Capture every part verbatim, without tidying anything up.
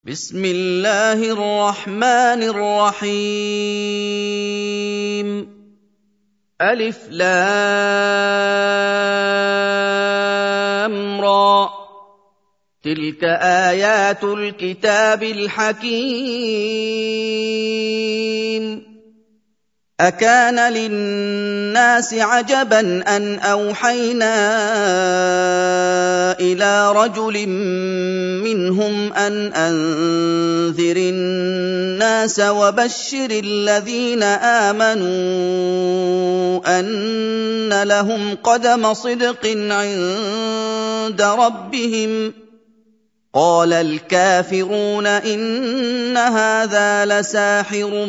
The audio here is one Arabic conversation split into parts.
بسم الله الرحمن الرحيم ألف لام را تلك آيات الكتاب الحكيم أكان للناس عجبا أن أوحينا إلى رجل منهم أن أنذر الناس وبشر الذين آمنوا أن لهم قدم صدق عند ربهم قال الكافرون إن هذا لساحر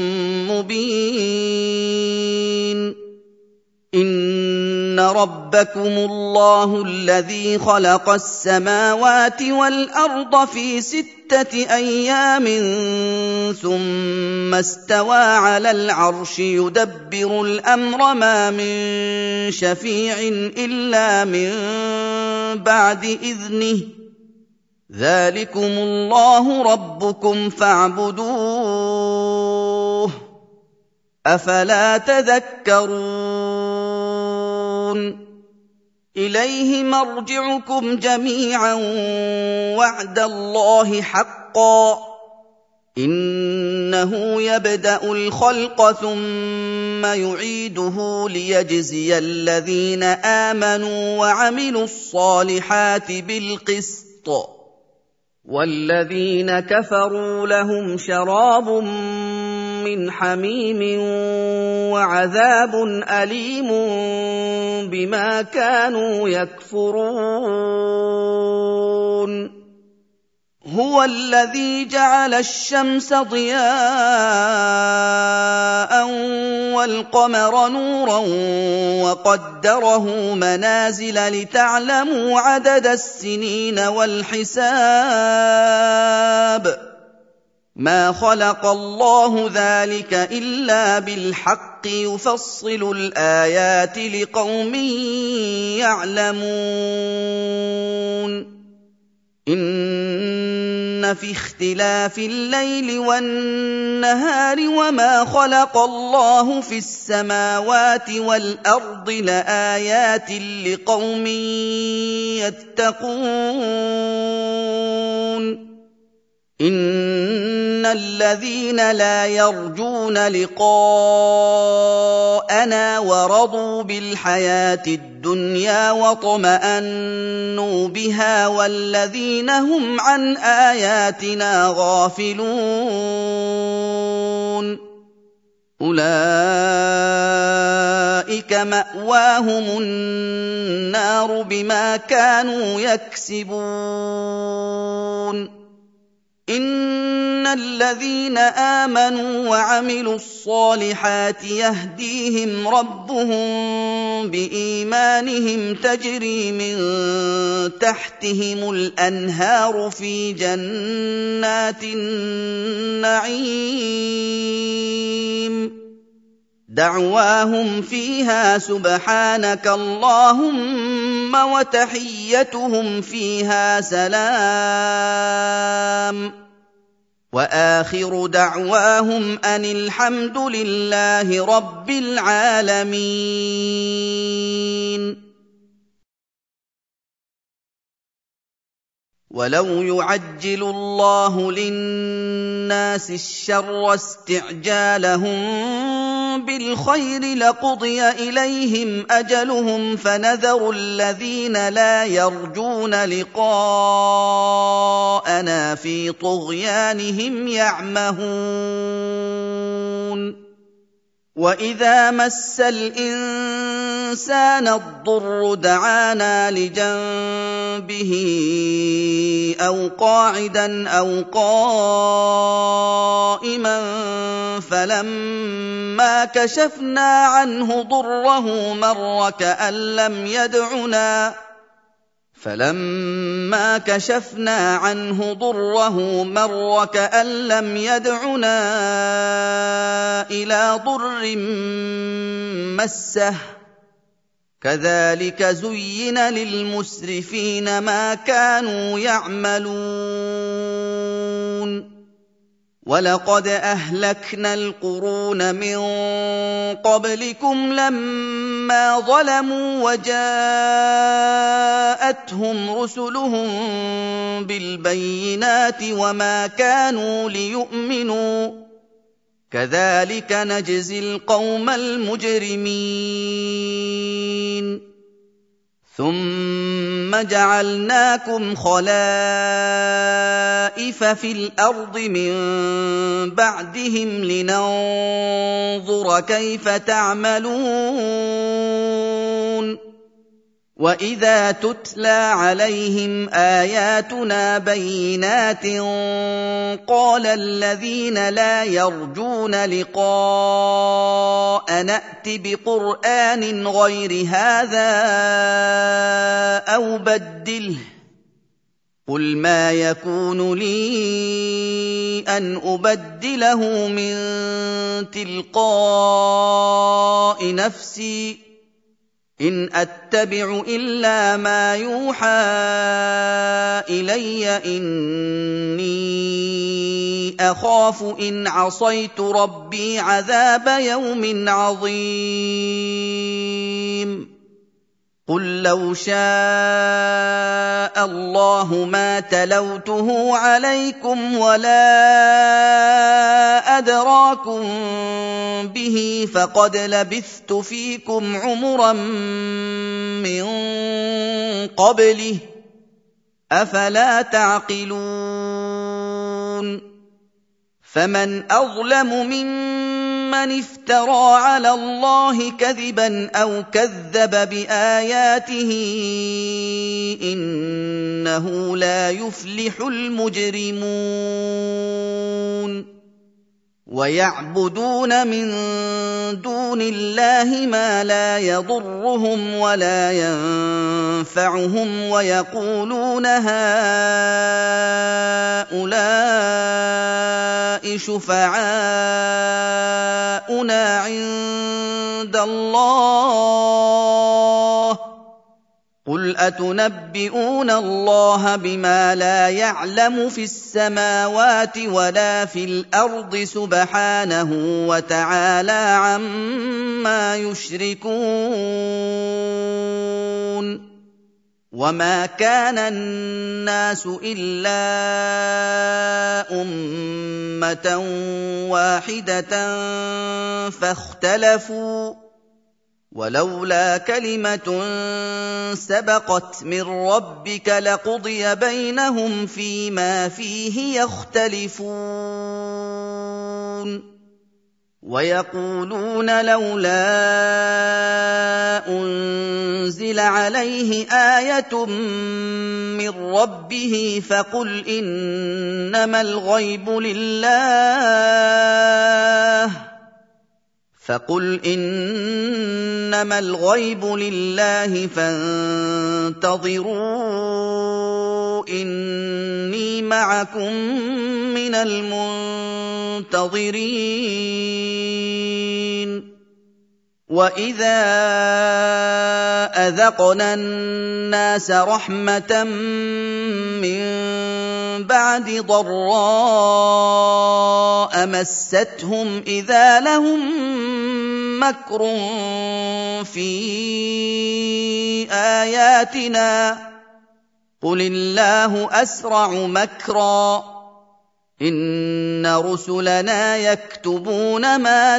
مبين إن ربكم الله الذي خلق السماوات والأرض في ستة أيام ثم استوى على العرش يدبر الأمر ما من شفيع إلا من بعد إذنه ذلكم الله ربكم فاعبدوه أفلا تذكرون إليه مرجعكم جميعا وعد الله حقا إنه يبدأ الخلق ثم يعيده ليجزي الذين آمنوا وعملوا الصالحات بالقسط والذين كفروا لهم شراب من حميم وعذاب أليم بما كانوا يكفرون هو الذي جعل الشمس ضياء والقمر نورا وقدره منازل لتعلموا عدد السنين والحساب ما خلق الله ذلك إلا بالحق يفصل الآيات لقوم يعلمون إن في اختلاف الليل والنهار وما خلق الله في السماوات والأرض لآيات لقوم يتقون إن الذين لا يرجون لقاءنا ورضوا بالحياة الدنيا واطمأنوا بها والذين هم عن آياتنا غافلون أولئك مأواهم النار بما كانوا يكسبون إن الذين آمنوا وعملوا الصالحات يهديهم ربهم بإيمانهم تجري من تحتهم الأنهار في جنات النعيم دعواهم فيها سبحانك اللهم وتحيتهم فيها سلام وآخر دعواهم أن الحمد لله رب العالمين ولو يعجل الله للناس الشر استعجالهم بالخير لقضي إليهم أجلهم فنذر الذين لا يرجون لقاءنا في طغيانهم يعمهون وإذا مس الإنسان الضر دعانا لجنبه أو قاعدا أو قائما فلما كشفنا عنه ضره مر كأن لم يدعنا فلما كشفنا عنه ضره مر كأن لم يدعنا إلى ضر مسه كذلك زين للمسرفين ما كانوا يعملون وَلَقَدْ أَهْلَكْنَا الْقُرُونَ مِن قَبْلِكُمْ لَمَّا ظَلَمُوا وَجَاءَتْهُمْ رُسُلُهُم بِالْبَيِّنَاتِ وَمَا كَانُوا لِيُؤْمِنُوا ۚ كَذَٰلِكَ نَجْزِي الْقَوْمَ الْمُجْرِمِينَ ثُمَّ جَعَلْنَاكُمْ خَلَائِفَ فِي الْأَرْضِ مِن بَعْدِهِمْ لِنَنظُرَ كَيْفَ تَعْمَلُونَ وَإِذَا تُتْلَىٰ عَلَيْهِمْ آيَاتُنَا بَيِّنَاتٍ قَالَ الَّذِينَ لَا يَرْجُونَ لِقَاءَنَا ائْتِ بِقُرْآنٍ غَيْرِ هَٰذَا أَوْ بَدِّلْهُ ۚ قُلْ مَا يَكُونُ لِي أَنْ أُبَدِّلَهُ مِن تِلْقَاءِ نَفْسِي ۖ إِنْ أَتَّبِعُ إِلَّا مَا يُوحَىٰ إِلَيَّ ۖ إِنِّي أَخَافُ إِنْ عَصَيْتُ رَبِّي عَذَابَ يَوْمٍ عَظِيمٍ قُل لَّوْ شَاءَ اللَّهُ مَا تَلَوْتُهُ عَلَيْكُمْ وَلَا أَدْرَاكُم بِهِ ۖ فَقَدْ لَبِثْتُ فِيكُمْ عُمُرًا مِّن قَبْلِهِ ۚ أَفَلَا تَعْقِلُونَ فَمَنْ أَظْلَمُ مِمَّنِ افْتَرَىٰ عَلَى اللَّهِ كَذِبًا أَوْ كَذَّبَ بِآيَاتِهِ ۚ إِنَّهُ لَا يُفْلِحُ الْمُجْرِمُونَ وَيَعْبُدُونَ مِن دُونِ اللَّهِ مَا لَا يَضُرُّهُمْ وَلَا يَنفَعُهُمْ وَيَقُولُونَ هَٰؤُلَاءِ شُفَعَاؤُنَا عِندَ اللَّهِ ۚ قُلْ أَتُنَبِّئُونَ اللَّهَ بِمَا لَا يَعْلَمُ فِي السَّمَاوَاتِ وَلَا فِي الْأَرْضِ ۚ سُبْحَانَهُ وَتَعَالَىٰ عَمَّا يُشْرِكُونَ وَمَا كَانَ النَّاسُ إِلَّا أُمَّةً وَاحِدَةً فَاخْتَلَفُوا ۚ وَلَوْلَا كَلِمَةٌ سَبَقَتْ مِن رَّبِّكَ لَقُضِيَ بَيْنَهُمْ فِيمَا فِيهِ يَخْتَلِفُونَ وَيَقُولُونَ لَوْلَا أُنزِلَ عَلَيْهِ آيَةٌ مِّن رَّبِّهِ ۖ فَقُلْ إِنَّمَا الْغَيْبُ لِلَّهِ فَقُلْ إِنَّمَا الْغَيْبُ لِلَّهِ فَانتَظِرُوا إِنِّي مَعَكُم مِّنَ الْمُنتَظِرِينَ وَإِذَا أَذَقْنَا النَّاسَ رَحْمَةً مِّن بَعْدِ ضَرَّاءَ مَسَّتْهُمْ إِذَا لَهُم مَّكْرٌ فِي آيَاتِنَا ۚ قُلِ اللَّهُ أَسْرَعُ مَكْرًا ۚ إِنَّ رُسُلَنَا يَكْتُبُونَ مَا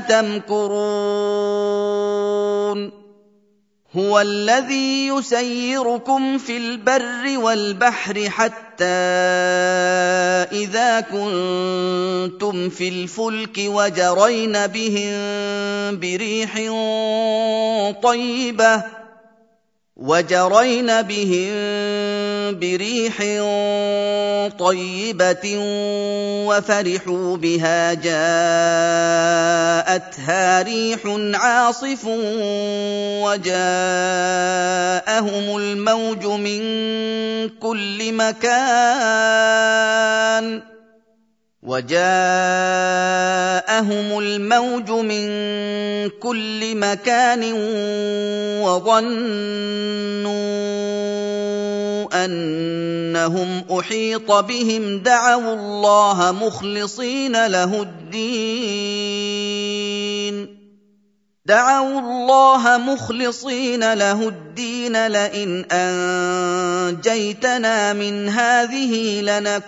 تَمْكُرُونَ هُوَ الَّذِي يُسَيِّرُكُمْ فِي الْبَرِّ وَالْبَحْرِ حَتَّىٰ إِذَا كُنتُمْ فِي الْفُلْكِ وَجَرَيْنَ بِهِم بِرِيحٍ طَيِّبَةٍ وَجَرَيْنَ بِهِم بِرِيحٍ طَيِّبَةٍ وَفَرِحُوا بِهَا جَاءَتْهَا رِيحٌ عَاصِفٌ وَجَاءَهُمُ الْمَوْجُ مِن كُلِّ مَكَانٍ وَجَاءَهُمُ الْمَوْجُ مِن كُلِّ مَكَانٍ وَظَنُّوا أَنَّ أنهم أحيط بهم دعوا الله مخلصين له الدين دعوا الله مخلصين له الدين لئن أنجيتنا من هذه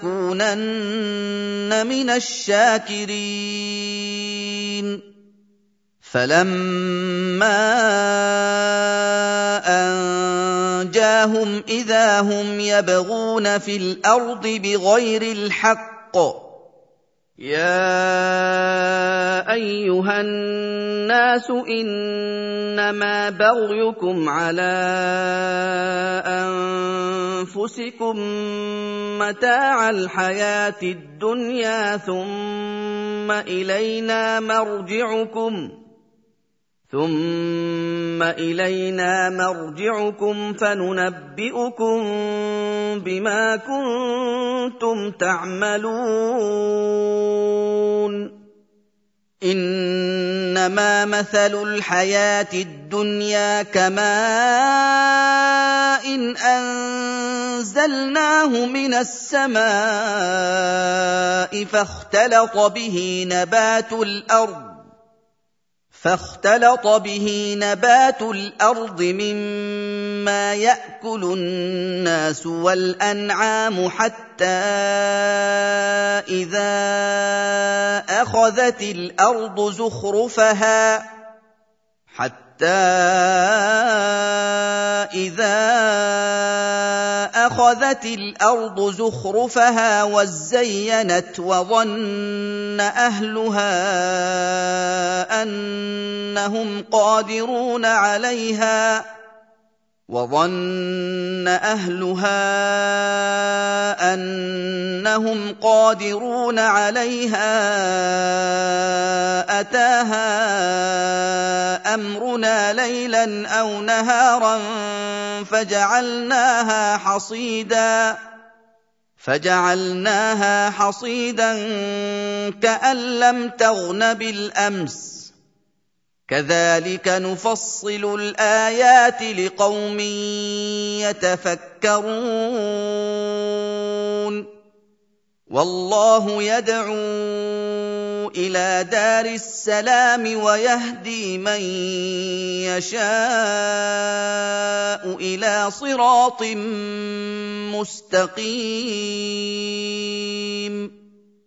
لنكونن من الشاكرين فلما أنجاهم إذا هم يبغون في الأرض بغير الحق يا أيها الناس إنما بغيكم على أنفسكم متاع الحياة الدنيا ثم إلينا مرجعكم ثم إلينا مرجعكم فننبئكم بما كنتم تعملون إنما مثل الحياة الدنيا كماء إن أنزلناه من السماء فاختلط به نبات الأرض فاختلط به نبات الأرض مما يأكل الناس والأنعام حتى إذا أخذت الأرض زخرفها حتى إذا أخذت الأرض زخرفها وزينت وظن أهلها أنهم قادرون عليها وظن أهلها أنهم قادرون عليها أتاها أمرنا ليلا أو نهارا فجعلناها حصيدا فجعلناها حصيدا كأن لم تغن بالأمس كذلك نفصل الآيات لقوم يتفكرون والله يدعو إلى دار السلام ويهدي من يشاء إلى صراط مستقيم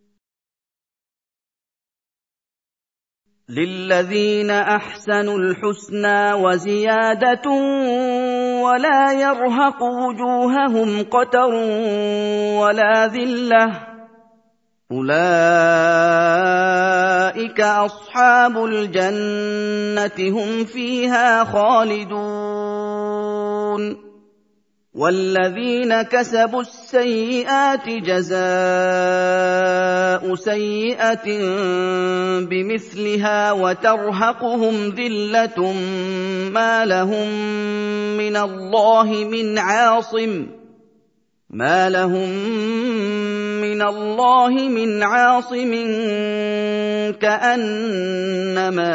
للذين أحسنوا الحسنى وزيادة ولا يرهق وجوههم قتر ولا ذلة أولئك أصحاب الجنة هم فيها خالدون والذين كسبوا السيئات جزاء سيئة بمثلها وترهقهم ذلة ما لهم من الله من عاصم ما لهم من الله من عاصم كأنما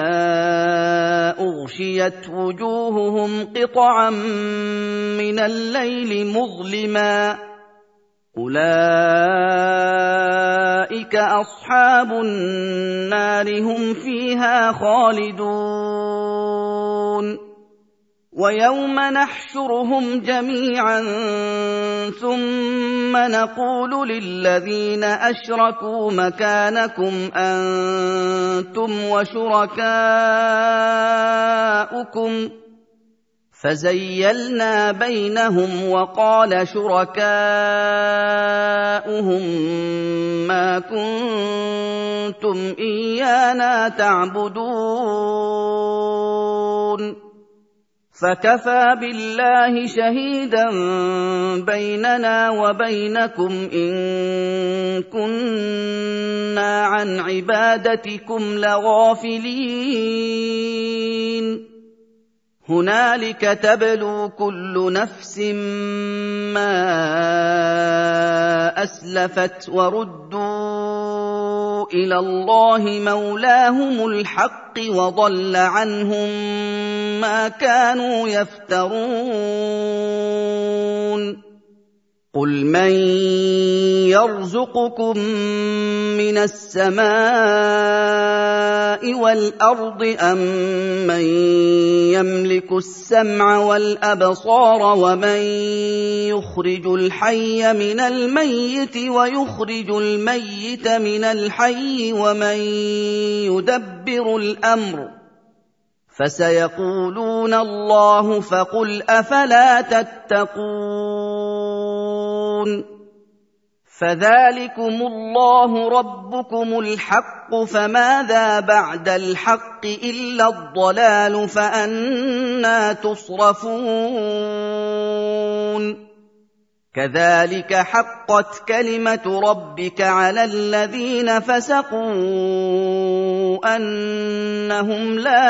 أغشيت وجوههم قطعا من الليل مظلما أولئك أصحاب النار هم فيها خالدون ويوم نحشرهم جميعا ثم نقول للذين أشركوا مكانكم أنتم وشركاؤكم فزيلنا بينهم وقال شركاؤهم ما كنتم إيانا تعبدون فكفى بالله شهيدا بيننا وبينكم إن كنا عن عبادتكم لغافلين هنالك تبلو كل نفس ما أسلفت وردوا إلى الله مولاهم الحق وضل عنهم ما كانوا يفترون قُلْ مَن يَرْزُقُكُم مِّنَ السَّمَاءِ وَالْأَرْضِ أَمَّن يَمْلِكُ السَّمْعَ وَالْأَبْصَارَ وَمَن يُخْرِجُ الْحَيَّ مِنَ الْمَيِّتِ وَيُخْرِجُ الْمَيِّتَ مِنَ الْحَيِّ وَمَن يُدَبِّرُ الْأَمْرَ ۚ فَسَيَقُولُونَ اللَّهُ فَقُلْ أَفَلَا تَتَّقُونَ فَذَٰلِكُمُ اللَّهُ رَبُّكُمُ الْحَقُّ فَمَاذَا بَعْدَ الْحَقِّ إِلَّا الضَّلَالُ فَأَنَّىٰ تُصْرَفُونَ كَذَٰلِكَ حَقَّتْ كَلِمَةُ رَبِّكَ عَلَى الَّذِينَ فَسَقُوا أَنَّهُمْ لَا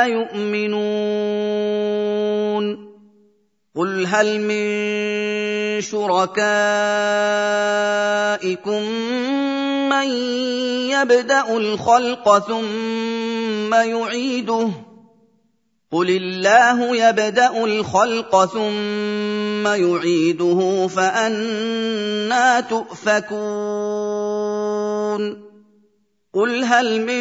يُؤْمِنُونَ قُلْ هَلْ مِن شُرَكَائِكُم مَّن يَبْدَأُ الْخَلْقَ ثُمَّ يُعِيدُهُ ۚ قُلِ اللَّهُ يَبْدَأُ الْخَلْقَ ثُمَّ يُعِيدُهُ فَأَنَّىٰ تُؤْفَكُونَ قُلْ هَلْ مِن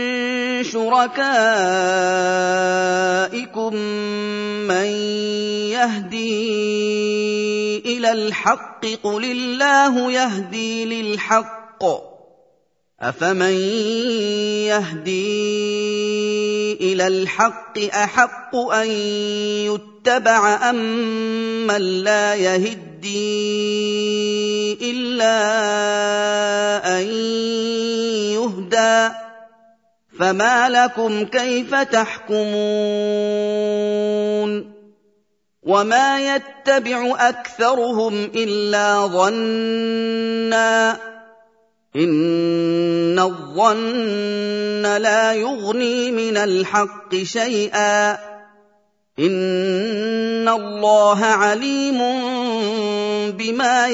شُرَكَائِكُم مَّن يَهْدِي إِلَى الْحَقِّ قُلِ اللَّهُ يَهْدِي لِلْحَقِّ ۗ أَفَمَن يَهْدِي إِلَى الْحَقِّ أَحَقُّ أَن يُتَّبَعَ أَمَّن لَّا يَهِدِّي إِلَّا أَن يُهْدَىٰ ۖ فَمَا لَكُمْ كَيْفَ تَحْكُمُونَ وَمَا يَتَّبِعُ أَكْثَرُهُمْ إِلَّا ظَنًّا ۚ إِنَّ الظَّنَّ لَا يُغْنِي مِنَ الْحَقِّ شَيْئًا ۚ إِنَّ اللَّهَ عَلِيمٌ بِمَا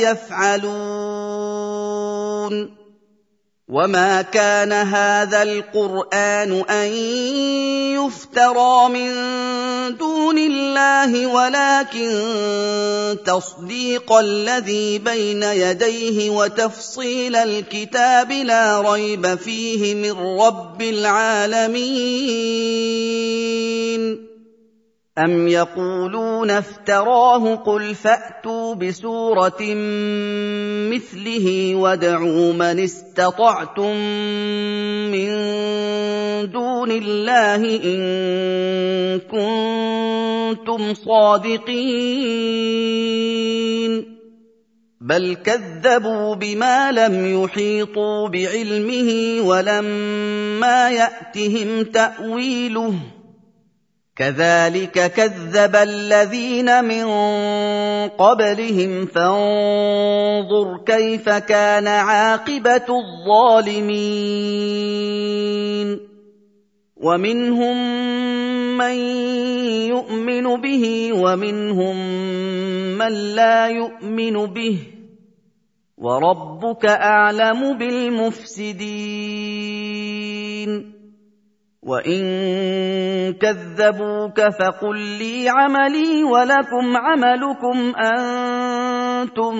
يَفْعَلُونَ وَمَا كَانَ هَٰذَا الْقُرْآنُ أَن يُفْتَرَىٰ مِن دُونِ اللَّهِ وَلَٰكِن تَصْدِيقَ الَّذِي بَيْنَ يَدَيْهِ وَتَفْصِيلَ الْكِتَابِ لَا رَيْبَ فِيهِ مِن رَّبِّ الْعَالَمِينَ أَمْ يَقُولُونَ افْتَرَاهُ ۖ قُلْ فَأْتُوا بِسُورَةٍ مِّثْلِهِ وَادْعُوا مَنِ اسْتَطَعْتُم مِّن دُونِ اللَّهِ إِن كُنتُمْ صَادِقِينَ بَلْ كَذَّبُوا بِمَا لَمْ يُحِيطُوا بِعِلْمِهِ وَلَمَّا يَأْتِهِمْ تَأْوِيلُهُ ۚ كَذَٰلِكَ كَذَّبَ الَّذِينَ مِن قَبْلِهِمْ فَانظُرْ كَيْفَ كَانَ عَاقِبَةُ الظَّالِمِينَ وَمِنْهُم مَّن يُؤْمِنُ بِهِ وَمِنْهُم مَّن لَّا يُؤْمِنُ بِهِ ۚ وَرَبُّكَ أَعْلَمُ بِالْمُفْسِدِينَ وَإِن كَذَّبُوكَ فَقُل لِّي عَمَلِي وَلَكُمْ عَمَلُكُمْ أَنتُم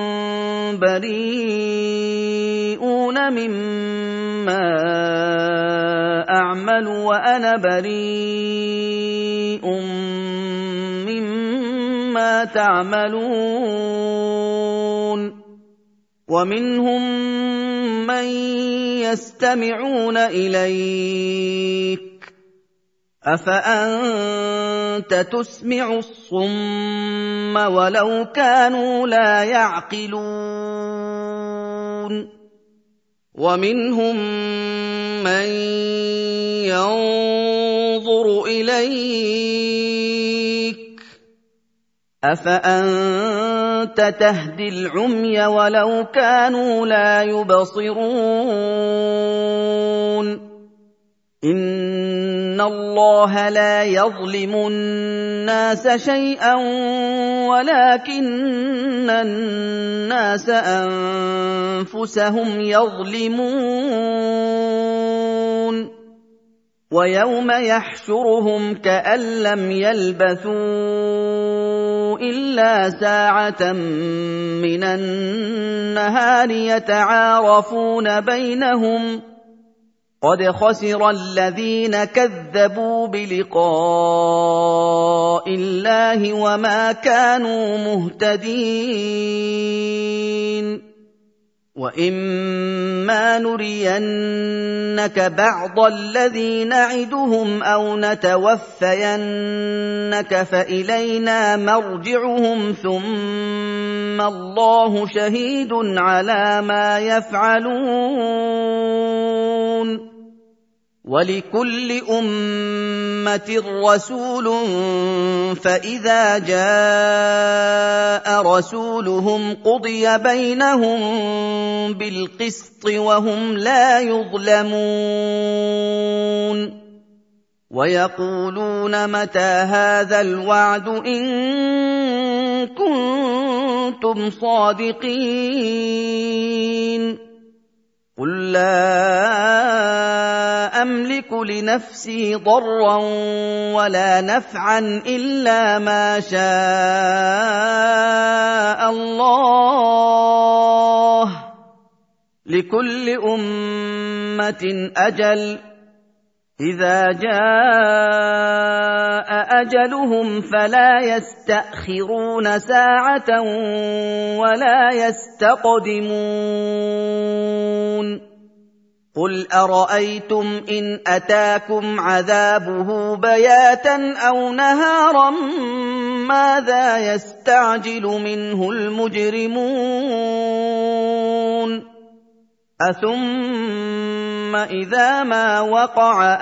بَرِيئُونَ مِمَّا أَعْمَلُ وَأَنَا بَرِيءٌ مِّمَّا تَعْمَلُونَ وَمِنْهُم مَّن يَسْتَمِعُونَ إِلَيْكَ ۚ أَفَأَنتَ تُسْمِعُ الصُّمَّ وَلَوْ كَانُوا لَا يَعْقِلُونَ وَمِنْهُم مَّن يَنظُرُ إِلَيْكَ ۚ أَفَأَنتَ تَهْدِي الْعُمْيَ وَلَوْ كَانُوا لَا يُبْصِرُونَ إِنَّ اللَّهَ لَا يَظْلِمُ النَّاسَ شَيْئًا وَلَٰكِنَّ النَّاسَ أَنفُسَهُمْ يَظْلِمُونَ وَيَوْمَ يَحْشُرُهُمْ كَأَن لَّمْ يَلْبَثُوا إلا ساعة من النهار يتعارفون بينهم قد خسر الذين كذبوا بلقاء الله وما كانوا مهتدين وإما نرينك بعض الذي نعدهم أو نتوفينك فإلينا مرجعهم ثم الله شهيد على ما يفعلون ولكل أمة رسول فإذا جاء رسولهم قضي بينهم بالقسط وهم لا يظلمون ويقولون متى هذا الوعد إن كنتم صادقين قل لا أملك لنفسي ضرا ولا نفعا إلا ما شاء الله لكل أمة أجل إذا جاء أجلهم فلا يستأخرون ساعة ولا يستقدمون قل أرأيتم إن أتاكم عذابه بياتا أو نهارا ماذا يستعجل منه المجرمون أثم إذا ما وقع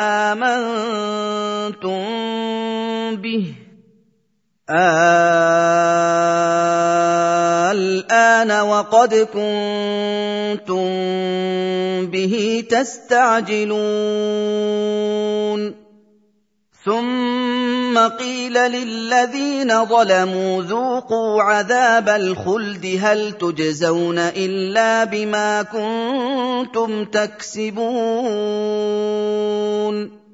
آمنتم به الآن وقد كنتم به تستعجلون ثم قيل للذين ظلموا ذوقوا عذاب الخلد هل تجزون إلا بما كنتم تكسبون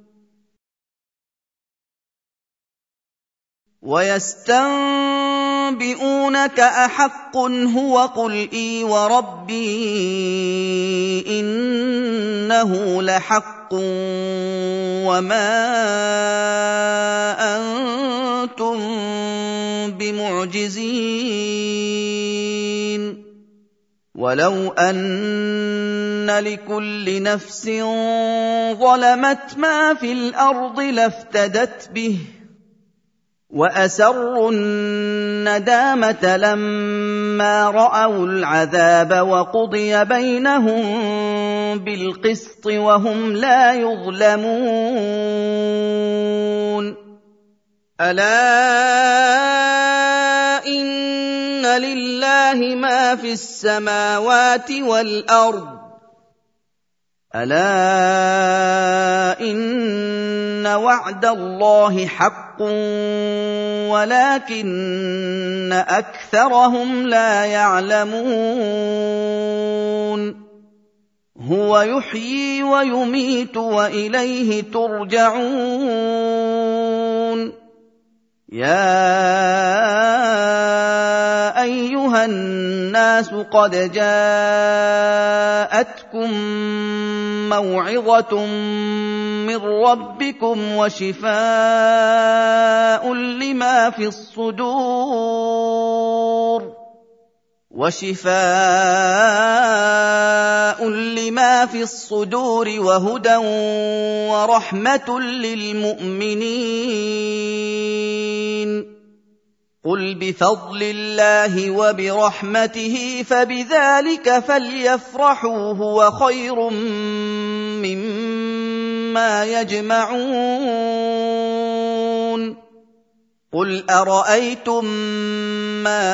ويستنبئونك أحق هو قل إي وربي إنه لحق وما أنتم بمعجزين ولو أن لكل نفس ظلمت ما في الأرض لافتدت به وأسروا الندامة لما رأوا العذاب وقضي بينهم بالقسط وهم لا يظلمون ألا إن لله ما في السماوات والأرض ألا إن وعد الله حق ولكن أكثرهم لا يعلمون هو يحيي ويميت وإليه ترجعون يا أيها الناس قد جاءتكم موعظة من ربكم وشفاء لما في الصدور وشفاء لما في الصدور وهدى ورحمة للمؤمنين قل بفضل الله وبرحمته فبذلك فليفرحوا هو خير مما يجمعون قل أرأيتم ما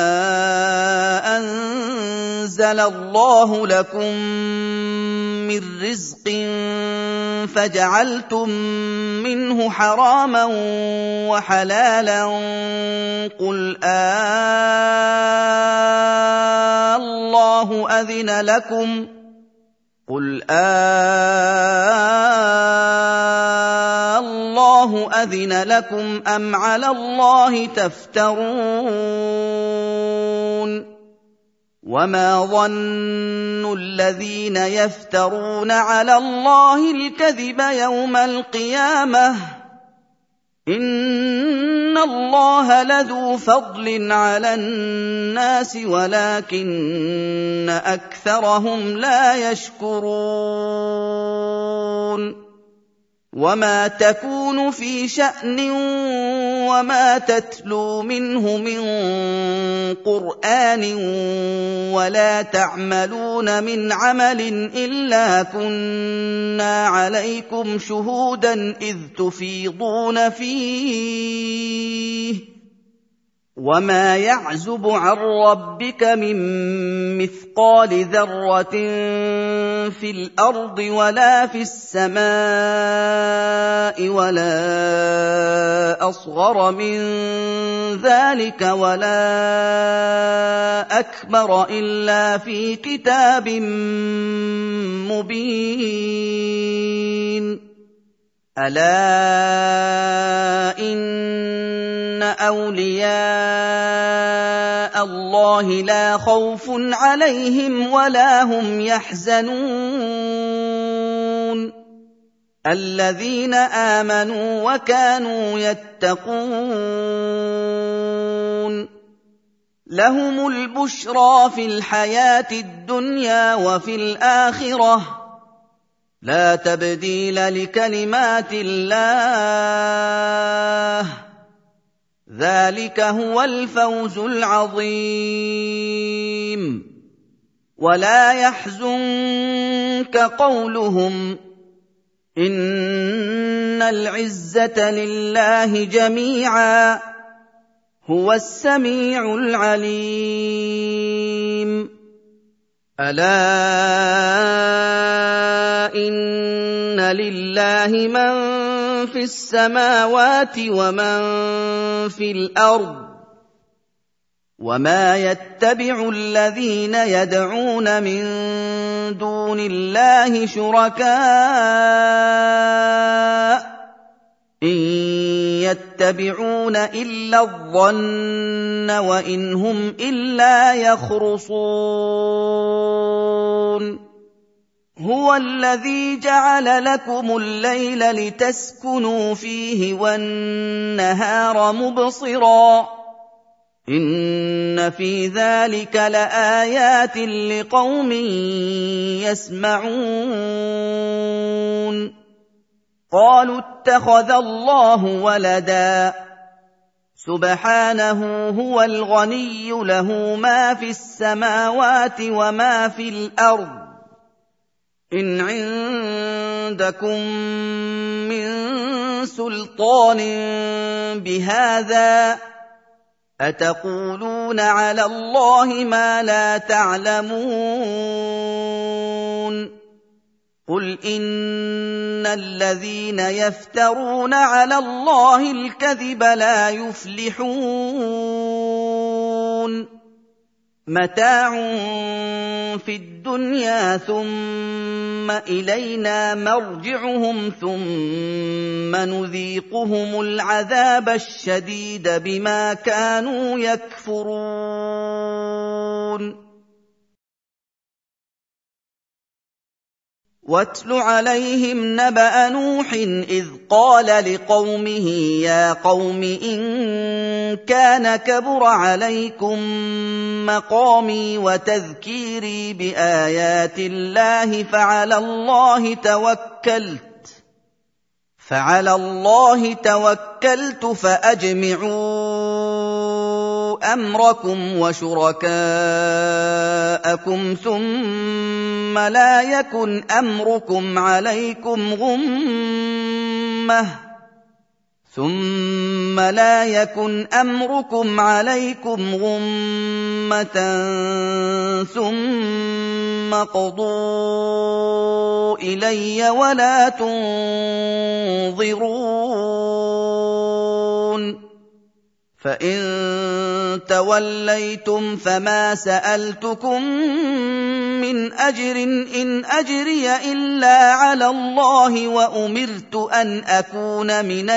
أنزل الله لكم من رزق فجعلتم منه حراما وحلالا قل آلله أذن لكم قل آلله أذن لكم أم على الله تفترون وما ظن الذين يفترون على الله الكذب يوم القيامة إن الله لذو فضل على الناس ولكن أكثرهم لا يشكرون وما تكون في شأن وما تتلو منه من قرآن ولا تعملون من عمل إلا كنا عليكم شهودا إذ تفيضون فيه وما يعزب عن ربك من مثقال ذرة في الأرض ولا في السماء ولا أصغر من ذلك ولا أكبر إلا في كتاب مبين ألا إن أولياء الله لا خوف عليهم ولا هم يحزنون الذين آمنوا وكانوا يتقون لهم البشرى في الحياة الدنيا وفي الآخرة لا تبديل لكلمات الله ذلك هو الفوز العظيم ولا يحزنك قولهم إن العزة لله جميعا هو السميع العليم ألا إن لله من في السماوات ومن في الأرض وما يتبع الذين يدعون من دون الله شركاء إن يتبعون إلا الظن وإن هم إلا يخرصون هو الذي جعل لكم الليل لتسكنوا فيه والنهار مبصرا إن في ذلك لآيات لقوم يسمعون قالوا اتخذ الله ولدا سبحانه هو الغني له ما في السماوات وما في الأرض إن عندكم من سلطان بهذا أتقولون على الله ما لا تعلمون قل إن الذين يفترون على الله الكذب لا يفلحون متاع في الدنيا ثم إلينا مرجعهم ثم نذيقهم العذاب الشديد بما كانوا يكفرون واتل عليهم نبأ نوح إذ قال لقومه يا قوم إن كان كبر عليكم مقامي وتذكيري بآيات الله فعلى الله توكلت فعلى الله توكلت فأجمعوا أمركم وشركاءكم ثم لا يكن أمركم عليكم غمة ثم لا يكن أمركم عليكم غمة ثم قضوا إلي ولا تنظرون فإن توليتم فما سألتكم مِّنْ أَجْرٍ إِنْ أَجْرِيَ إِلَّا عَلَى اللَّهِ وَأُمِرْتُ أَنْ أَكُونَ مِنَ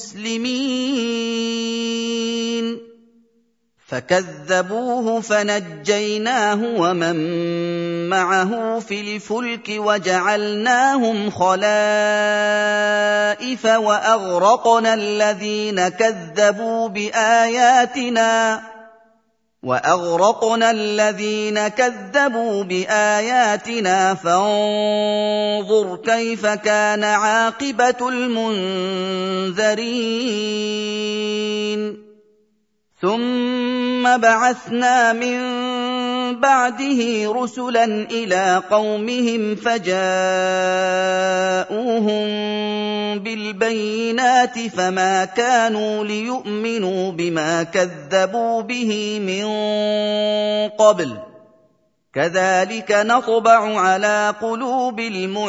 الْمُسْلِمِينَ فَكَذَّبُوهُ فَنَجَّيْنَاهُ وَمَن مَّعَهُ فِي الْفُلْكِ وَجَعَلْنَاهُمْ خَلَائِفَ وَأَغْرَقْنَا الَّذِينَ كَذَّبُوا بِآيَاتِنَا وَأَغْرَقْنَا الَّذِينَ كَذَّبُوا بِآيَاتِنَا فَانظُرْ كَيْفَ كَانَ عَاقِبَةُ الْمُنذَرِينَ ثُمَّ بَعَثْنَا مِن بَعْدِهِ رُسُلًا إِلَىٰ قَوْمِهِمْ فَجَاءُوهُم بِالْبَيِّنَاتِ فَمَا كَانُوا لِيُؤْمِنُوا بِمَا كَذَّبُوا بِهِ مِن قَبْلُ ۚ كَذَٰلِكَ نَطْبَعُ عَلَىٰ قُلُوبِ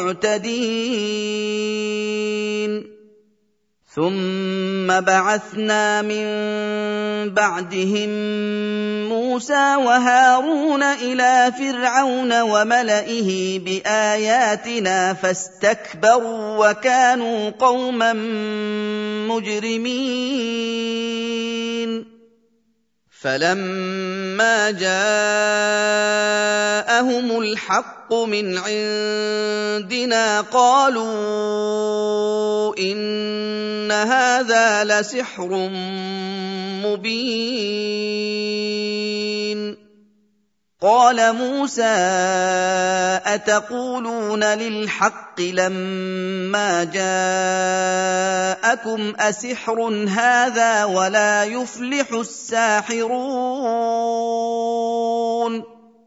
الْمُعْتَدِينَ ثُمَّ بَعَثْنَا مِن بَعْدِهِم مُّوسَىٰ وَهَارُونَ إِلَىٰ فِرْعَوْنَ وَمَلَئِهِ بِآيَاتِنَا فَاسْتَكْبَرُوا وَكَانُوا قَوْمًا مُّجْرِمِينَ فَلَمَّا جَاءَهُمُ الْحَقُّ مِنْ عِندِنَا قَالُوا إِنَّ هَٰذَا لَسِحْرٌ مُّبِينٌ قَالَ مُوسَىٰ أَتَقُولُونَ لِلْحَقِّ لَمَّا جَاءَكُمْ أَسِحْرٌ هَٰذَا وَلَا يُفْلِحُ السَّاحِرُونَ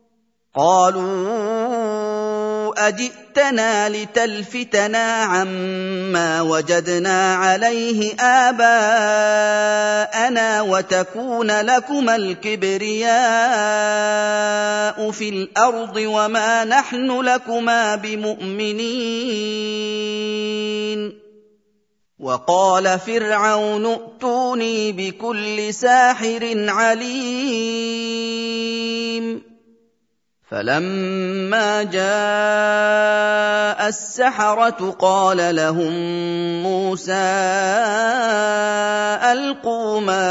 قَالُوا أَجِئْتَنَا لِتَلْفِتَنَا عَمَّا وَجَدْنَا عَلَيْهِ آبَاءَنَا وَتَكُونَ لَكُمَا الْكِبْرِيَاءُ فِي الْأَرْضِ وَمَا نَحْنُ لَكُمَا بِمُؤْمِنِينَ وَقَالَ فِرْعَوْنُ ائْتُونِي بِكُلِّ سَاحِرٍ عَلِيمٍ فَلَمَّا جَاءَ السَّحَرَةُ قَالَ لَهُم مُّوسَىٰ أَلْقُوا مَا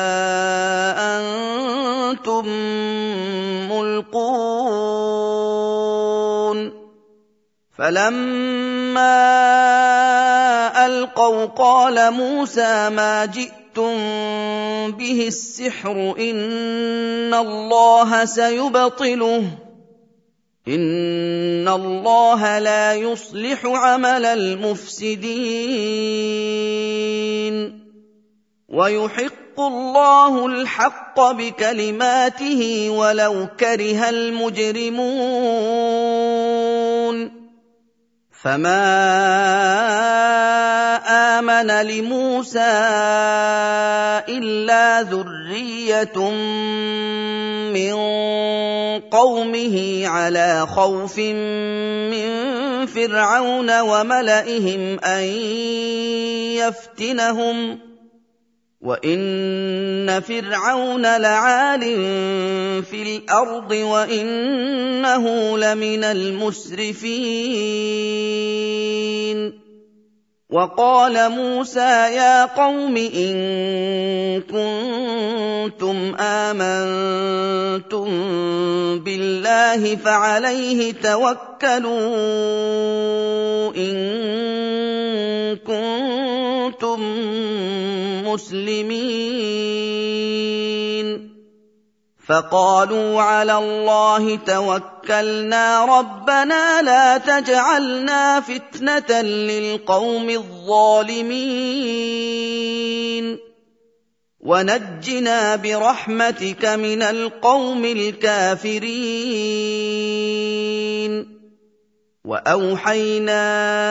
أَنتُم مُّلْقُونَ فَلَمَّا أَلْقَوْا قَالَ مُوسَىٰ مَا جِئْتُم بِهِ السِّحْرُ إِنَّ اللَّهَ سَيُبْطِلُهُ إِنَّ اللَّهَ لَا يُصْلِحُ عَمَلَ الْمُفْسِدِينَ وَيُحِقُّ اللَّهُ الْحَقَّ بِكَلِمَاتِهِ وَلَوْ كَرِهَ الْمُجْرِمُونَ فَمَا آمَنَ لِمُوسَىٰ إِلَّا ذُرِّيَّةٌ مِّن قَوْمِهِ عَلَىٰ خَوْفٍ مِّن فِرْعَوْنَ وَمَلَئِهِمْ أَن يَفْتِنَهُمْ وَإِنَّ فِرْعَوْنَ لَعَالٍ فِي الْأَرْضِ وَإِنَّهُ لَمِنَ الْمُسْرِفِينَ وَقَالَ مُوسَىٰ يَا قَوْمِ إِن كُنتُمْ آمَنتُم بِاللَّهِ فَعَلَيْهِ تَوَكَّلُوا إِن كُنتُم مُّسْلِمِينَ فَقَالُوا عَلَى اللَّهِ تَوَكَّلْنَا رَبَّنَا لَا تَجْعَلْنَا فِتْنَةً لِّلْقَوْمِ الظَّالِمِينَ وَنَجِّنَا بِرَحْمَتِكَ مِنَ الْقَوْمِ الْكَافِرِينَ وَأَوْحَيْنَا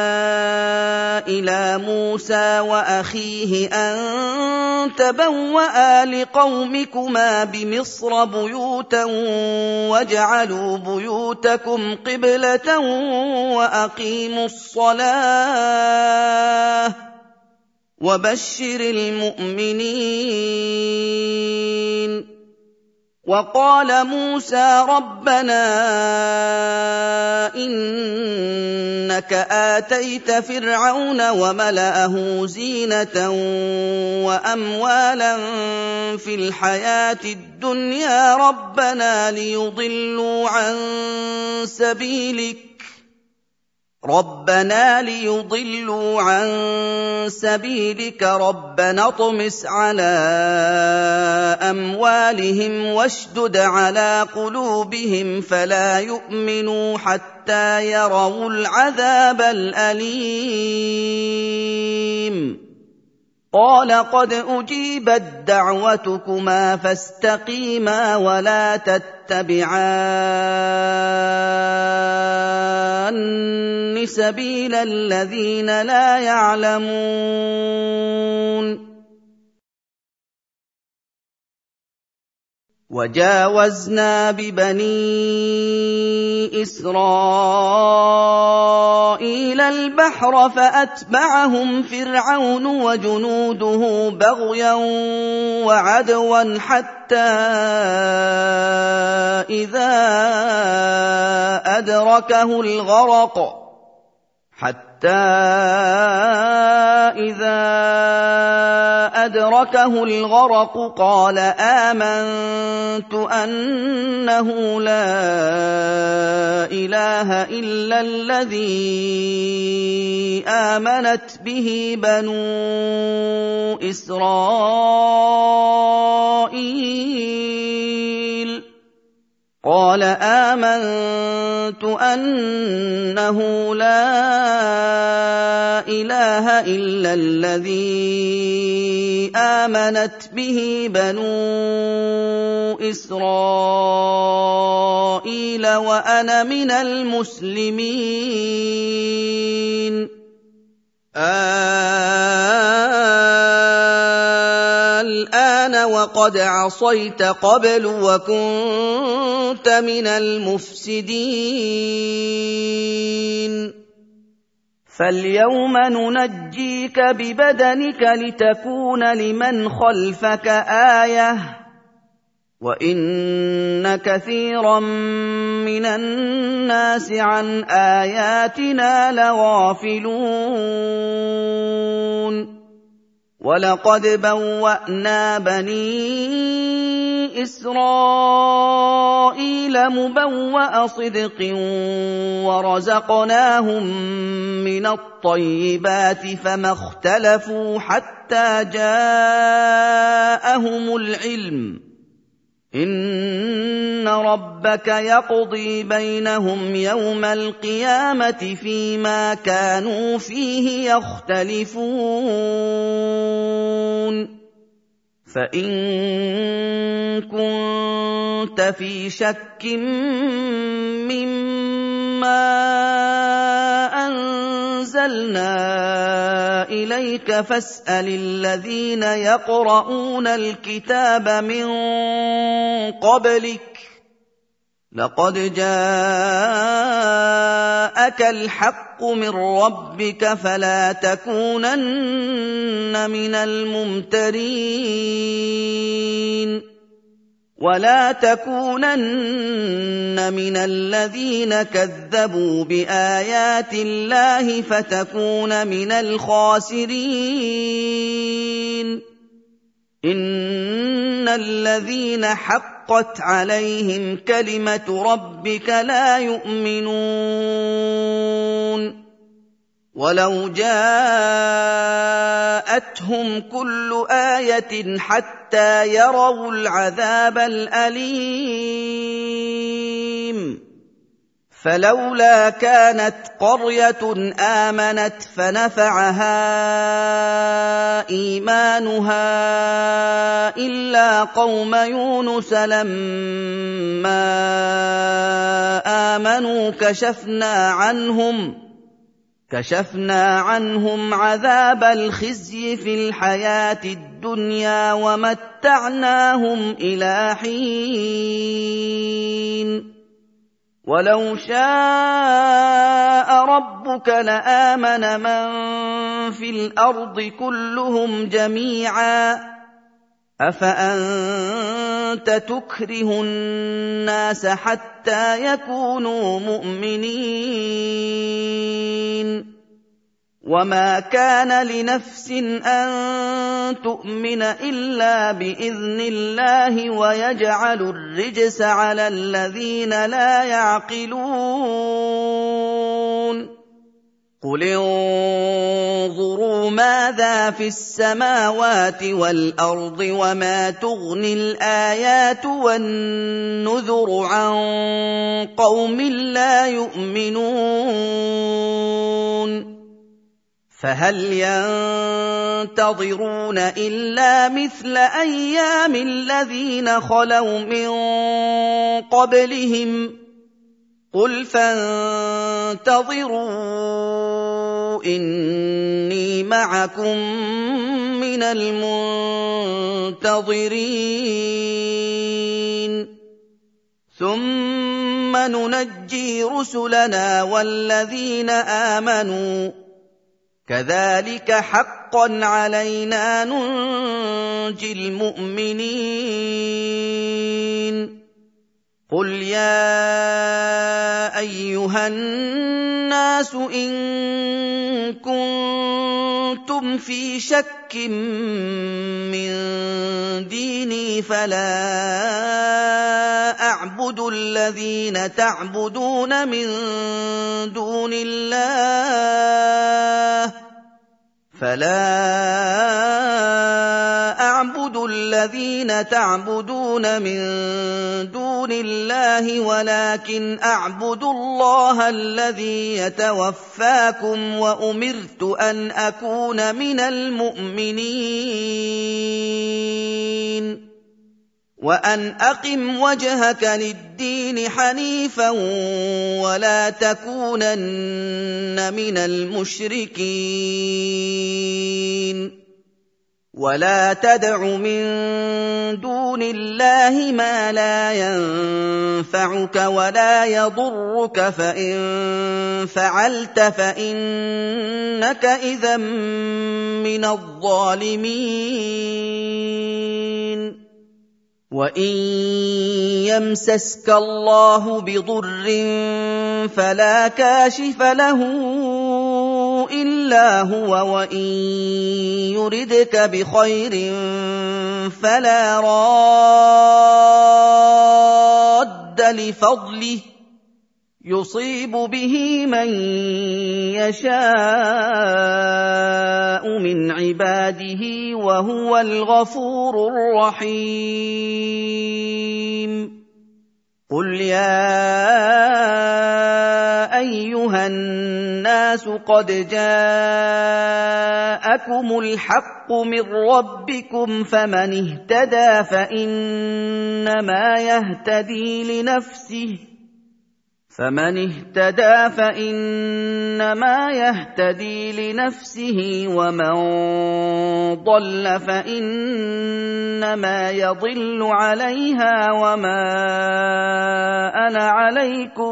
إِلَىٰ مُوسَىٰ وَأَخِيهِ أَن تَبَوَّآ لِقَوْمِكُمَا بِمِصْرَ بُيُوتًا وَاجْعَلُوا بُيُوتَكُمْ قِبْلَةً وَأَقِيمُوا الصَّلَاةَ وَبَشِّرِ الْمُؤْمِنِينَ وقال موسى ربنا إنك آتيت فرعون وملأه زينة وأموالا في الحياة الدنيا ربنا ليضلوا عن سبيلك ربنا ليضلوا عن سبيلك ربنا اطمس على أموالهم واشدد على قلوبهم فلا يؤمنوا حتى يروا العذاب الأليم قال قد أجيبت دعوتكما فاستقيما ولا تتبعان سبيل الذين لا يعلمون وجاوزنا ببني إسرائيل البحر فأتبعهم فرعون وجنوده بغيا وعدوا حتى إذا أدركه الغرق حتى إذا أدركه الغرق قال آمنت أنه لا إله إلا الذي آمنت به بنو إسرائيل قال آمنت أنه لا إله إلا الذي آمنت به بنو إسرائيل وأنا من المسلمين الآن وقد عصيت قبل وكنت من المفسدين فاليوم ننجيك ببدنك لتكون لمن خلفك آية وإن كثيرا من الناس عن آياتنا لغافلون وَلَقَدْ بَوَّأْنَا بَنِي إِسْرَائِيلَ مُبَوَّأَ صِدْقٍ وَرَزَقْنَاهُم مِّنَ الطَّيِّبَاتِ فَمَا اخْتَلَفُوا حَتَّىٰ جَاءَهُمُ الْعِلْمُ ۚ إِنَّ رَبَّكَ يَقْضِي بَيْنَهُمْ يَوْمَ الْقِيَامَةِ فِيمَا كَانُوا فِيهِ يَخْتَلِفُونَ فَإِن كُنتَ فِي شَكٍّ مِّمَّا أَنزَلْنَا إِلَيْكَ فَاسْأَلِ الَّذِينَ يَقْرَؤُونَ الْكِتَابَ مِن قَبْلِكَ ۚ لَقَدْ جَاءَكَ الْحَقُّ مِن رَّبِّكَ فَلَا تَكُونَنَّ مِنَ الْمُمْتَرِينَ وَلَا تَكُونَنَّ مِنَ الَّذِينَ كَذَّبُوا بِآيَاتِ اللَّهِ فَتَكُونَ مِنَ الْخَاسِرِينَ إِنَّ الَّذِينَ حَقَّتْ عَلَيْهِمْ كَلِمَةُ رَبِّكَ لَا يُؤْمِنُونَ وَلَوْ جَاءَتْهُمْ كُلُّ آيَةٍ حَتَّىٰ يَرَوُا الْعَذَابَ الْأَلِيمَ فَلَوْلَا كَانَتْ قَرْيَةٌ آمَنَتْ فَنَفَعَهَا إِيمَانُهَا إِلَّا قَوْمَ يُونُسَ لَمَّا آمَنُوا كَشَفْنَا عَنْهُمْ كشفنا عنهم عذاب الخزي في الحياة الدنيا ومتعناهم إلى حين ولو شاء ربك لآمن من في الأرض كلهم جميعا أفأنت تكره الناس حتى يكونوا مؤمنين وما كان لنفس أن تؤمن إلا بإذن الله ويجعل الرجس على الذين لا يعقلون قل انظروا ماذا في السماوات والأرض وما تغني الآيات والنذر عن قوم لا يؤمنون فهل ينتظرون إلا مثل أيام الذين خلوا من قبلهم قل فانتظروا إني معكم من المنتظرين ثم ننجي رسلنا والذين آمنوا كذلك حقا علينا ننجي المؤمنين قل يا أيها الناس إن كنتم في شك من ديني فلا أعبد الذين تعبدون من دون الله فلا أعبد الذين تعبدون من دون الله ولكن أعبد الله الذي يتوفاكم وأمرت أن أكون من المؤمنين وأن أقم وجهك للدين حنيفا ولا تكونن من المشركين ولا تدع من دون الله ما لا ينفعك ولا يضرك فإن فعلت فإنك إذا من الظالمين وَإِن يَمْسَسْكَ اللَّهُ بِضُرٍّ فَلَا كَاشِفَ لَهُ إِلَّا هُوَ وَإِن يُرِدْكَ بِخَيْرٍ فَلَا رَادَّ لِفَضْلِهِ يُصِيبُ بِهِ مَن يَشَاءُ مِنْ عِبَادِهِ وَهُوَ الْغَفُورُ الرَّحِيمُ قُلْ يَا أَيُّهَا النَّاسُ قَدْ جَاءَكُمُ الْحَقُّ مِنْ رَبِّكُمْ فَمَنِ اهْتَدَىٰ فَإِنَّمَا يَهْتَدِي لِنَفْسِهِ فمن اهتدى فإنما يهتدي لنفسه ومن ضل فإنما يضل عليها وما أنا عليكم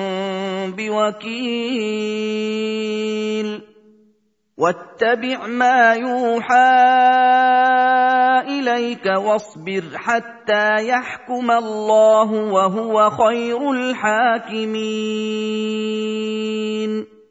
بوكيل واتبع ما يوحى إليك واصبر حتى يحكم الله وهو خير الحاكمين